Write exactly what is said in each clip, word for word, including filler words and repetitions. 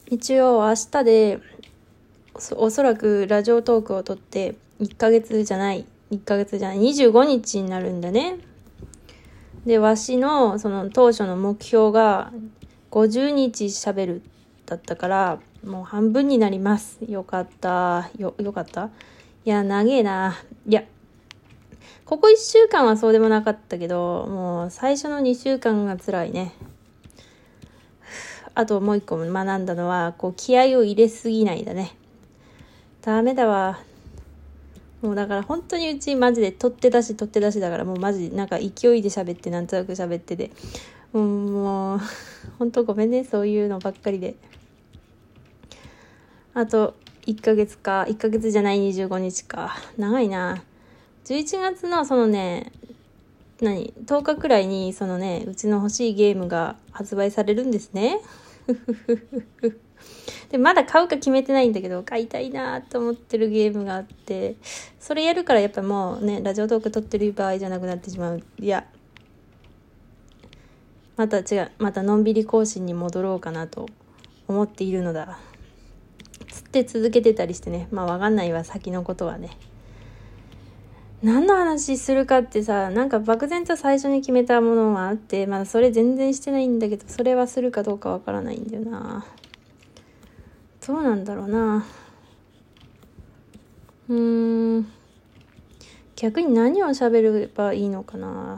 一応明日でお, おそらくラジオトークを撮っていっかげつじゃないいっかげつじゃないにじゅうごにちになるんだね。で、わしのその当初の目標がごじゅうにち喋るだったから、もう半分になります。よかったよよかったいや長えないやここいっしゅうかんはそうでもなかったけど、もう最初のにしゅうかんが辛いね。あともう一個学んだのは、こう気合を入れすぎないだね。ダメだわ。もうだから本当にうちマジで取って出し取って出しだから、もうマジなんか勢いで喋ってなんとなく喋ってて、もうもう本当ごめんね、そういうのばっかりで。あといっかげつか、いっかげつじゃないにじゅうごにちか、長いな。じゅういちがつのそのね何とおかくらいにそのねうちの欲しいゲームが発売されるんですね。でまだ買うか決めてないんだけど、買いたいなと思ってるゲームがあって、それやるからやっぱもうねラジオトーク撮ってる場合じゃなくなってしまう。いやまた違うまたのんびり更新に戻ろうかなと思っているのだ。つって続けてたりしてね、まあわかんないわ先のことはね。何の話するかってさ、なんか漠然と最初に決めたものはあって、まだそれ全然してないんだけど、それはするかどうかわからないんだよな。どうなんだろうな。うーん逆に何を喋ればいいのかな。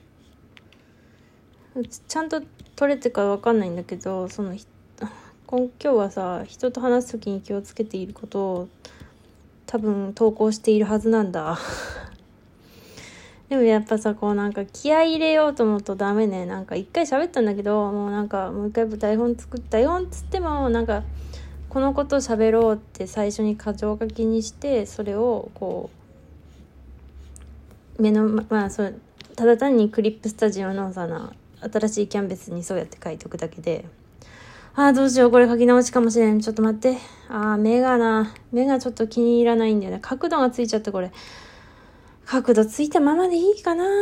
ちゃんと取れてかわかんないんだけど、その今日はさ、人と話すときに気をつけていることを多分投稿しているはずなんだ。でもやっぱさ、こうなんか気合い入れようと思うとダメね。なんか一回喋ったんだけど、もうなんかもう一回台本作った台本つってもなんかこのこと喋ろうって最初に箇条書きにして、それをこう目のまあそうただ単にクリップスタジオのさな新しいキャンベスにそうやって書いておくだけで、あーどうしようこれ書き直しかもしれん。ちょっと待って、あー目がな目がちょっと気に入らないんだよね。角度がついちゃって、これ角度ついたままでいいかな。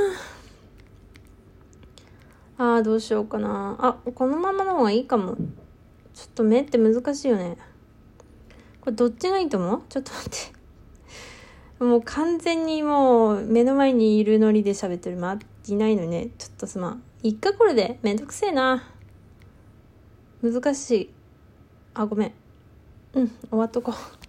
あーどうしようかな。あこのままの方がいいかも。ちょっと目って難しいよね。これどっちがいいと思う？ちょっと待ってもう完全にもう目の前にいるノリで喋ってる。まいないのにね。ちょっとすまん。いっかこれでめんどくせえな。難しい。あごめん。うん終わっとこう。